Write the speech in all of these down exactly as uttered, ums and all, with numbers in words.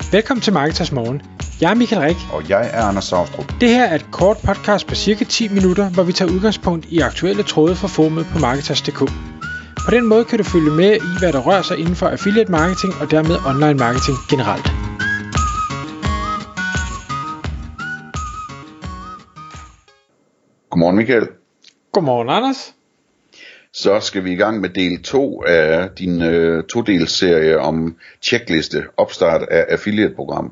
Velkommen til Marketers Morgen. Jeg er Michael Rik. Og jeg er Anders Saustrup. Det her er et kort podcast på cirka ti minutter, hvor vi tager udgangspunkt i aktuelle tråde fra forumet på Marketers punktum d k. På den måde kan du følge med i, hvad der rører sig inden for affiliate marketing og dermed online marketing generelt. Godmorgen Michael. Godmorgen Anders. Så skal vi i gang med del to af din øh, to-dels-serie om checkliste, opstart af affiliate-program.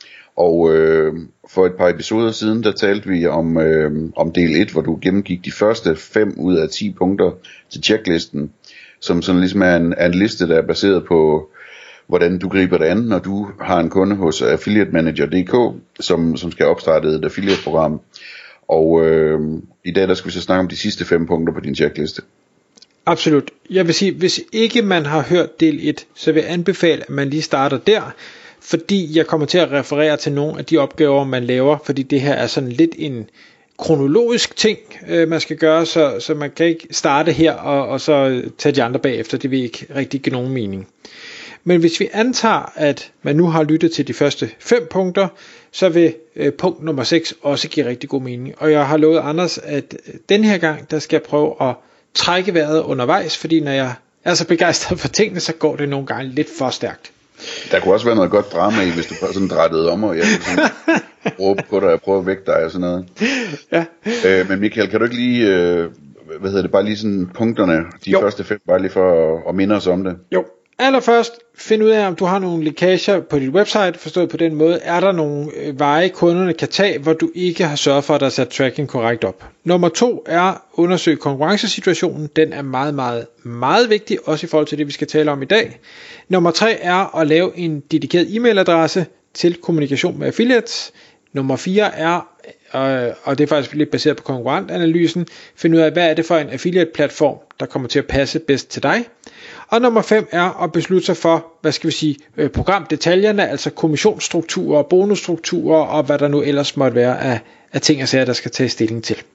Og øh, for et par episoder siden, der talte vi om, øh, om del et, hvor du gennemgik de første fem ud af ti punkter til checklisten, som sådan ligesom er en, er en liste, der er baseret på, hvordan du griber det an, når du har en kunde hos affiliate manager punktum d k, som, som skal opstarte et affiliate-program. Og øh, i dag, der skal vi så snakke om de sidste fem punkter på din checkliste. Absolut. Jeg vil sige, hvis ikke man har hørt del et, så vil jeg anbefale, at man lige starter der, fordi jeg kommer til at referere til nogle af de opgaver, man laver, fordi det her er sådan lidt en kronologisk ting, øh, man skal gøre, så, så man kan ikke starte her og, og så tage de andre bagefter. Det vil ikke rigtig give nogen mening. Men hvis vi antager, at man nu har lyttet til de første fem punkter, så vil øh, punkt nummer seks også give rigtig god mening. Og jeg har lovet Anders, at den her gang, der skal jeg prøve at trække vejret undervejs, fordi når jeg er så begejstret for tingene, så går det nogle gange lidt for stærkt. Der kunne også være noget godt drama i, hvis du sådan drættede om, og jeg kunne sådan råbe på dig og prøve at vække dig og sådan noget. Ja. Øh, men Michael, kan du ikke lige, øh, hvad hedder det, bare lige sådan punkterne, de jo. første fem, bare lige for at, at minde os om det? Jo. Allerførst, find ud af, om du har nogle lækager på dit website, forstået på den måde. Er der nogle veje, kunderne kan tage, hvor du ikke har sørget for, at der er sat tracking korrekt op. Nummer to er undersøge konkurrencesituationen. Den er meget, meget, meget vigtig, også i forhold til det, vi skal tale om i dag. Nummer tre er at lave en dedikeret e-mailadresse til kommunikation med affiliates. Nummer fire er, og det er faktisk lidt baseret på konkurrentanalysen, finde ud af, hvad er det for en affiliate-platform, der kommer til at passe bedst til dig. Og nummer fem er at beslutte sig for, hvad skal vi sige, programdetaljerne, altså kommissionsstrukturer, bonusstrukturer og hvad der nu ellers måtte være af, af ting og sager, der skal tage stilling til.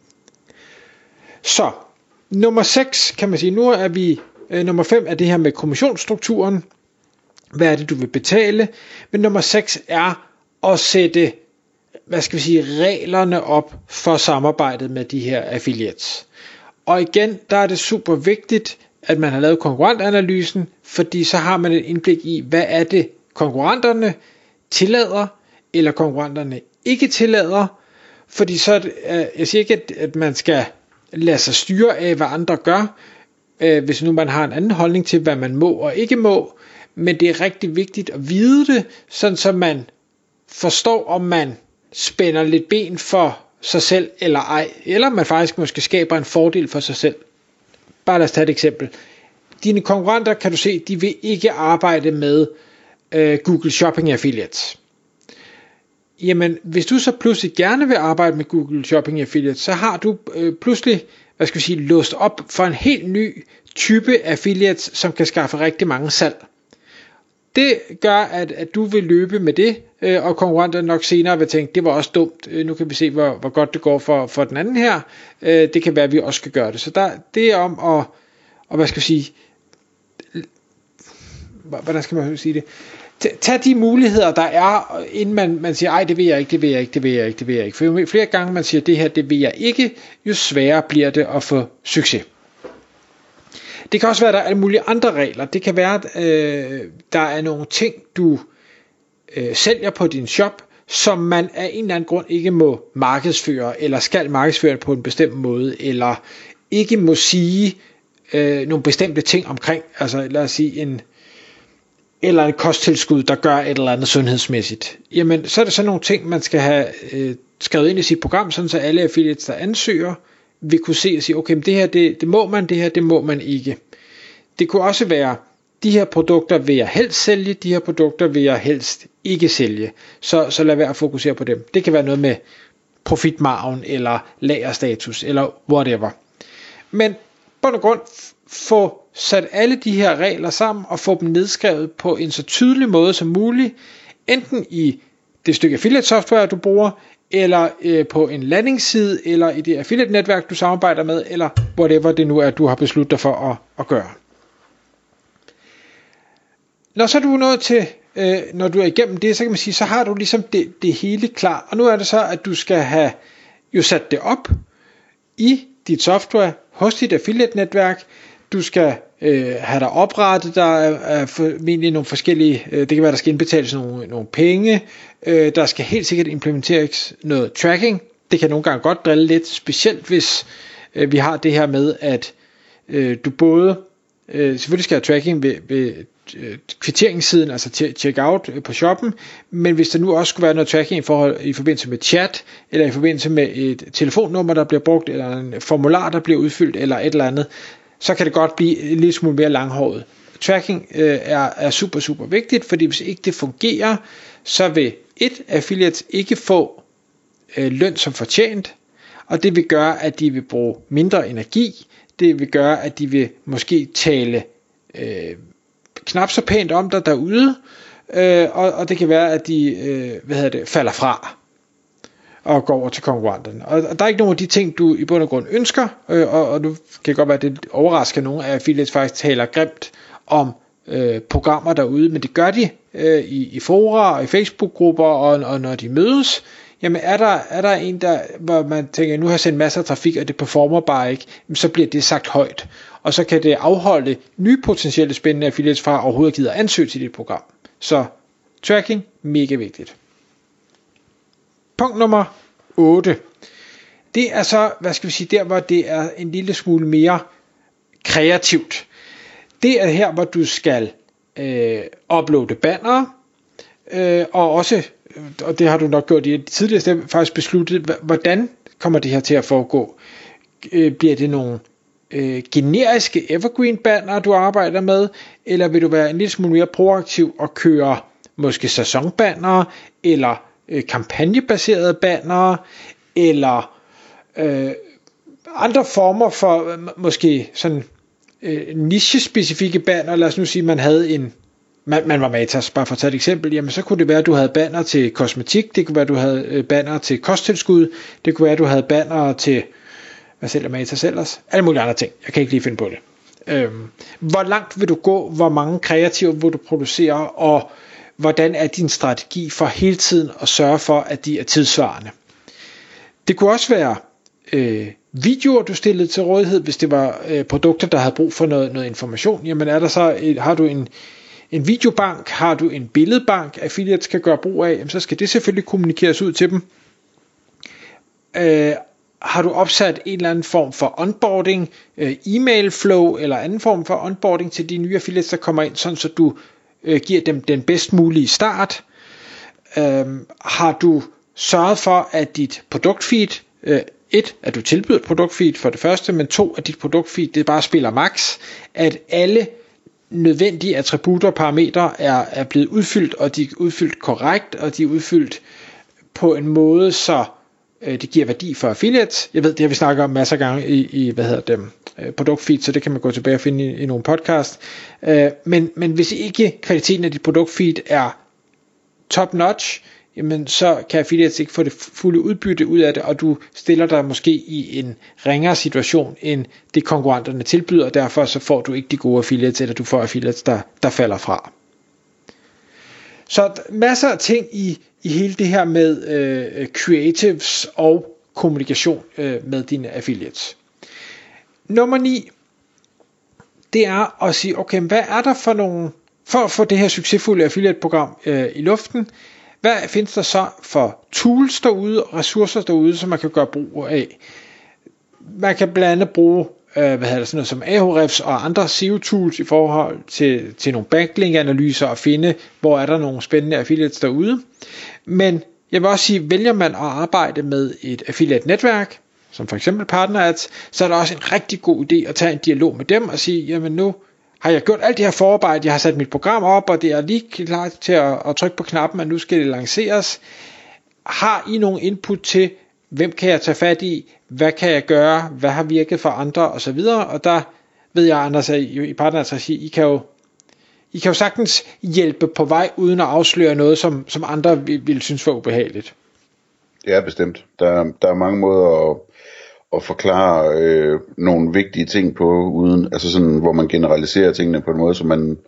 Så, nummer seks kan man sige, nu er vi, øh, nummer fem er det her med kommissionsstrukturen. Hvad er det, du vil betale? Men nummer seks er at sætte, hvad skal vi sige, reglerne op for samarbejdet med de her affiliates. Og igen, der er det super vigtigt, at man har lavet konkurrentanalysen, fordi så har man et indblik i, hvad er det konkurrenterne tillader, eller konkurrenterne ikke tillader, fordi så, jeg siger ikke, at man skal lade sig styre af, hvad andre gør, hvis nu man har en anden holdning til, hvad man må og ikke må, men det er rigtig vigtigt at vide det, sådan så man forstår, om man spænder lidt ben for sig selv eller ej, eller man faktisk måske skaber en fordel for sig selv. Bare lad os tage et eksempel. Dine konkurrenter, kan du se, de vil ikke arbejde med øh, Google Shopping Affiliates. Jamen, hvis du så pludselig gerne vil arbejde med Google Shopping Affiliates, så har du øh, pludselig, hvad skal vi sige, låst op for en helt ny type affiliates, som kan skaffe rigtig mange salg. Det gør, at, at du vil løbe med det, øh, og konkurrenterne nok senere vil tænke, det var også dumt, øh, nu kan vi se, hvor, hvor godt det går for, for den anden her, øh, det kan være, at vi også skal gøre det. Så der, det er om at, og hvad skal vi sige, hvordan skal man sige det, tag de muligheder, der er, inden man, man siger, ej, det vil jeg ikke, det vil jeg ikke, det vil jeg ikke, det vil jeg ikke. For jo flere gange man siger, det her, det vil jeg ikke, jo sværere bliver det at få succes. Det kan også være, at der er alle mulige andre regler. Det kan være, at øh, der er nogle ting, du øh, sælger på din shop, som man af en eller anden grund ikke må markedsføre, eller skal markedsføre på en bestemt måde, eller ikke må sige øh, nogle bestemte ting omkring. Altså lad os sige en, eller en kosttilskud, der gør et eller andet sundhedsmæssigt. Jamen, så er det sådan nogle ting, man skal have øh, skrevet ind i sit program, sådan så alle affiliates, der ansøger, vil kunne se og sige, okay, men det her, det, det må man, det her, det må man ikke. Det kunne også være, de her produkter vil jeg helst sælge, de her produkter vil jeg helst ikke sælge. Så, så lad være at fokusere på dem. Det kan være noget med profitmargen, eller lagerstatus, eller whatever. Men på en grund, få sat alle de her regler sammen, og få dem nedskrevet på en så tydelig måde som muligt, enten i det stykke affiliate software, du bruger, eller øh, på en landingsside, eller i det affiliate netværk, du samarbejder med, eller whatever det nu er, du har besluttet dig for at, at gøre. Når så er du nået til øh, når du er igennem det, så kan man sige, så har du ligesom det, det hele klar. Og nu er det så, at du skal have jo sat det op i dit software, hos dit affiliate-netværk. Du skal øh, have dig oprettet, der er, er formentlig nogle forskellige, øh, det kan være, der skal indbetales nogle, nogle penge, øh, der skal helt sikkert implementeres noget tracking. Det kan nogle gange godt drille lidt, specielt hvis øh, vi har det her med, at øh, du både, øh, selvfølgelig skal have tracking ved, ved øh, kvitteringssiden, altså checkout på shoppen, men hvis der nu også skulle være noget tracking i, forhold, i forbindelse med chat, eller i forbindelse med et telefonnummer, der bliver brugt, eller en formular, der bliver udfyldt, eller et eller andet, så kan det godt blive en lille smule mere langhåret. Tracking øh, er, er super, super vigtigt, fordi hvis ikke det fungerer, så vil et affiliates ikke få øh, løn som fortjent, og det vil gøre, at de vil bruge mindre energi, det vil gøre, at de vil måske tale øh, knap så pænt om dig derude, øh, og, og det kan være, at de øh, hvad hedder det, falder fra og går over til konkurrenterne. Og, og der er ikke nogen af de ting, du i bund og grund ønsker, øh, og, og nu kan godt være, at det overrasker nogle af affiliates faktisk taler grimt om øh, programmer derude, men det gør de øh, i, i fora og i Facebook-grupper, og, og når de mødes, jamen er der, er der en, der, hvor man tænker, nu har jeg sendt masser af trafik, og det performer bare ikke, så bliver det sagt højt. Og så kan det afholde nye potentielle spændende affiliates fra overhovedet at give at ansøge til dit program. Så tracking, mega vigtigt. Punkt nummer otte. Det er så, hvad skal vi sige, der hvor det er en lille smule mere kreativt. Det er her, hvor du skal øh, uploade bannere, øh, og også, og det har du nok gjort i et tidligere step, faktisk besluttet, hvordan kommer det her til at foregå. Øh, bliver det nogle øh, generiske evergreen bannere, du arbejder med, eller vil du være en lille smule mere proaktiv og køre måske sæsonbannere, eller øh, kampagnebaserede bannere, eller øh, andre former for øh, måske sådan øh, niche-specifikke banner. Lad os nu sige, man havde en, man, man var Matas, bare for at tage et eksempel, jamen så kunne det være, at du havde banner til kosmetik, det kunne være, at du havde øh, banner til kosttilskud, det kunne være, at du havde banner til, hvad sælger Matas ellers? Alle mulige andre ting, jeg kan ikke lige finde på det. Øhm, hvor langt vil du gå, hvor mange kreative vil du producere, og hvordan er din strategi for hele tiden at sørge for, at de er tidssvarende. Det kunne også være øh, videoer, du stillede til rådighed, hvis det var øh, produkter, der havde brug for noget, noget information. Jamen er der så, et, har du en, en videobank, har du en billedbank, affiliates kan gøre brug af, jamen, så skal det selvfølgelig kommunikeres ud til dem. Øh, har du opsat en eller anden form for onboarding, øh, e-mail flow eller anden form for onboarding til de nye affiliates, der kommer ind, sådan så du øh, giver dem den bedst mulige start. Øh, har du sørget for, at dit produktfeed, øh, et, at du tilbyder et produktfeed for det første, men to, at dit produktfeed, det bare spiller max, at alle nødvendige attributter og parametre er, er blevet udfyldt, og de er udfyldt korrekt, og de er udfyldt på en måde, så øh, det giver værdi for affiliates. Jeg ved, det har vi snakket om masser af gange i, i hvad hedder det, øh, produktfeed, så det kan man gå tilbage og finde i, i nogle podcast. Øh, men, men hvis ikke kvaliteten af dit produktfeed er top notch, jamen så kan affiliates ikke få det fulde udbytte ud af det, og du stiller dig måske i en ringere situation, end det konkurrenterne tilbyder, og derfor så får du ikke de gode affiliates, eller du får affiliates, der, der falder fra. Så masser af ting i, i hele det her med øh, creatives og kommunikation øh, med dine affiliates. Nummer ni, det er at sige, okay, hvad er der for nogle, for at få det her succesfulde affiliate-program øh, i luften, hvad findes der så for tools derude, ressourcer derude, som man kan gøre brug af? Man kan blandt andet bruge øh, hvad hedder det, sådan noget som Ahrefs og andre S E O tools i forhold til, til nogle backlink-analyser og finde, hvor er der nogle spændende affiliates derude. Men jeg vil også sige, vælger man at arbejde med et affiliate-netværk, som for eksempel PartnerAds, så er der også en rigtig god idé at tage en dialog med dem og sige, jamen nu har jeg gjort alt det her forarbejde, jeg har sat mit program op, og det er lige klar til at, at trykke på knappen, og nu skal det lanceres. Har I nogle input til, hvem kan jeg tage fat i, hvad kan jeg gøre, hvad har virket for andre, og så videre, og der ved jeg, Anders, at i PartnerAds regi, I kan jo, I kan jo sagtens hjælpe på vej, uden at afsløre noget, som, som andre vil, vil synes var ubehageligt. Ja, bestemt. Der, der er mange måder at at forklare øh, nogle vigtige ting på, uden, altså sådan, hvor man generaliserer tingene på en måde, så man,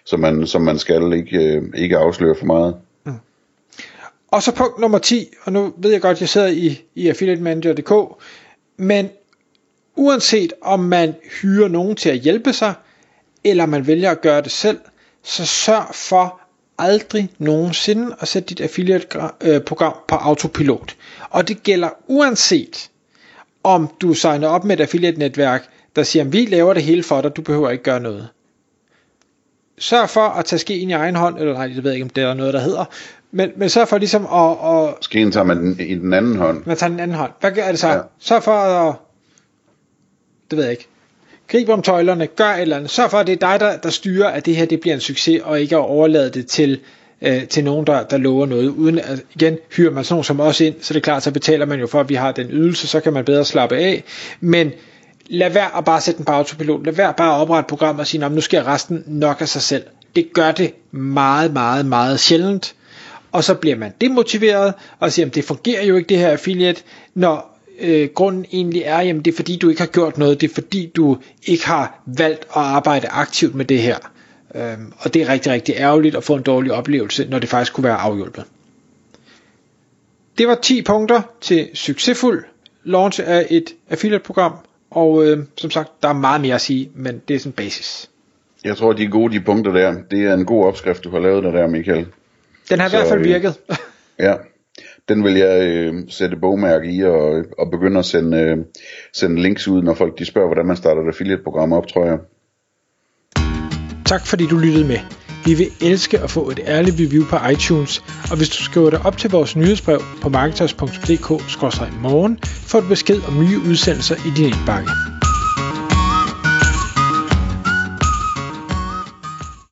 som man, som man skal ikke, øh, ikke afsløre for meget. Mm. Og så punkt nummer ti, og nu ved jeg godt, at jeg sidder i, i affiliate manager punktum d k, men uanset om man hyrer nogen til at hjælpe sig, eller man vælger at gøre det selv, så sørg for aldrig nogensinde at sætte dit affiliate-program på autopilot. Og det gælder uanset om du signer op med et affiliate-netværk, der siger, at vi laver det hele for dig, du behøver ikke gøre noget. Sørg for at tage skeen i egen hånd, eller nej, jeg ved ikke, om det er noget, der hedder, men, men sørg for ligesom at... at skeen tager man i den anden hånd. Man tager den anden hånd. Hvad gør det så? Ja. Sørg for at... Det ved jeg ikke. Grib om tøjlerne, gør et eller andet. Sørg for, at det er dig, der, der styrer, at det her det bliver en succes, og ikke at overlade det til, øh, til nogen, der, der lover noget. Uden at, igen, hyrer man sådan nogen som os ind, så det er klart, så betaler man jo for, at vi har den ydelse, så kan man bedre slappe af. Men lad være at bare sætte den på autopilot. Lad være bare at oprette et program og sige, nu skal resten nok af sig selv. Det gør det meget, meget, meget sjældent. Og så bliver man demotiveret og siger, at det fungerer jo ikke det her affiliate, når Øh, grunden egentlig er, jamen det er fordi du ikke har gjort noget, det er fordi du ikke har valgt at arbejde aktivt med det her, øhm, og det er rigtig rigtig ærgerligt at få en dårlig oplevelse, når det faktisk kunne være afhjulpet. Det var ti punkter til succesfuld launch af et affiliate program, og øh, som sagt der er meget mere at sige, men det er sådan basis. Jeg tror de er gode de punkter der, det er en god opskrift du har lavet der, der Michael. Den har i Så, hvert fald virket. Øh, ja. Den vil jeg øh, sætte bogmærke i og, og begynde at sende, øh, sende links ud, når folk de spørger, hvordan man starter et affiliate-program op, tror jeg. Tak fordi du lyttede med. Vi vil elske at få et ærligt review på iTunes, og hvis du skriver dig op til vores nyhedsbrev på marketers punktum d k skråstreg morgen, får du besked om nye udsendelser i din indbakke.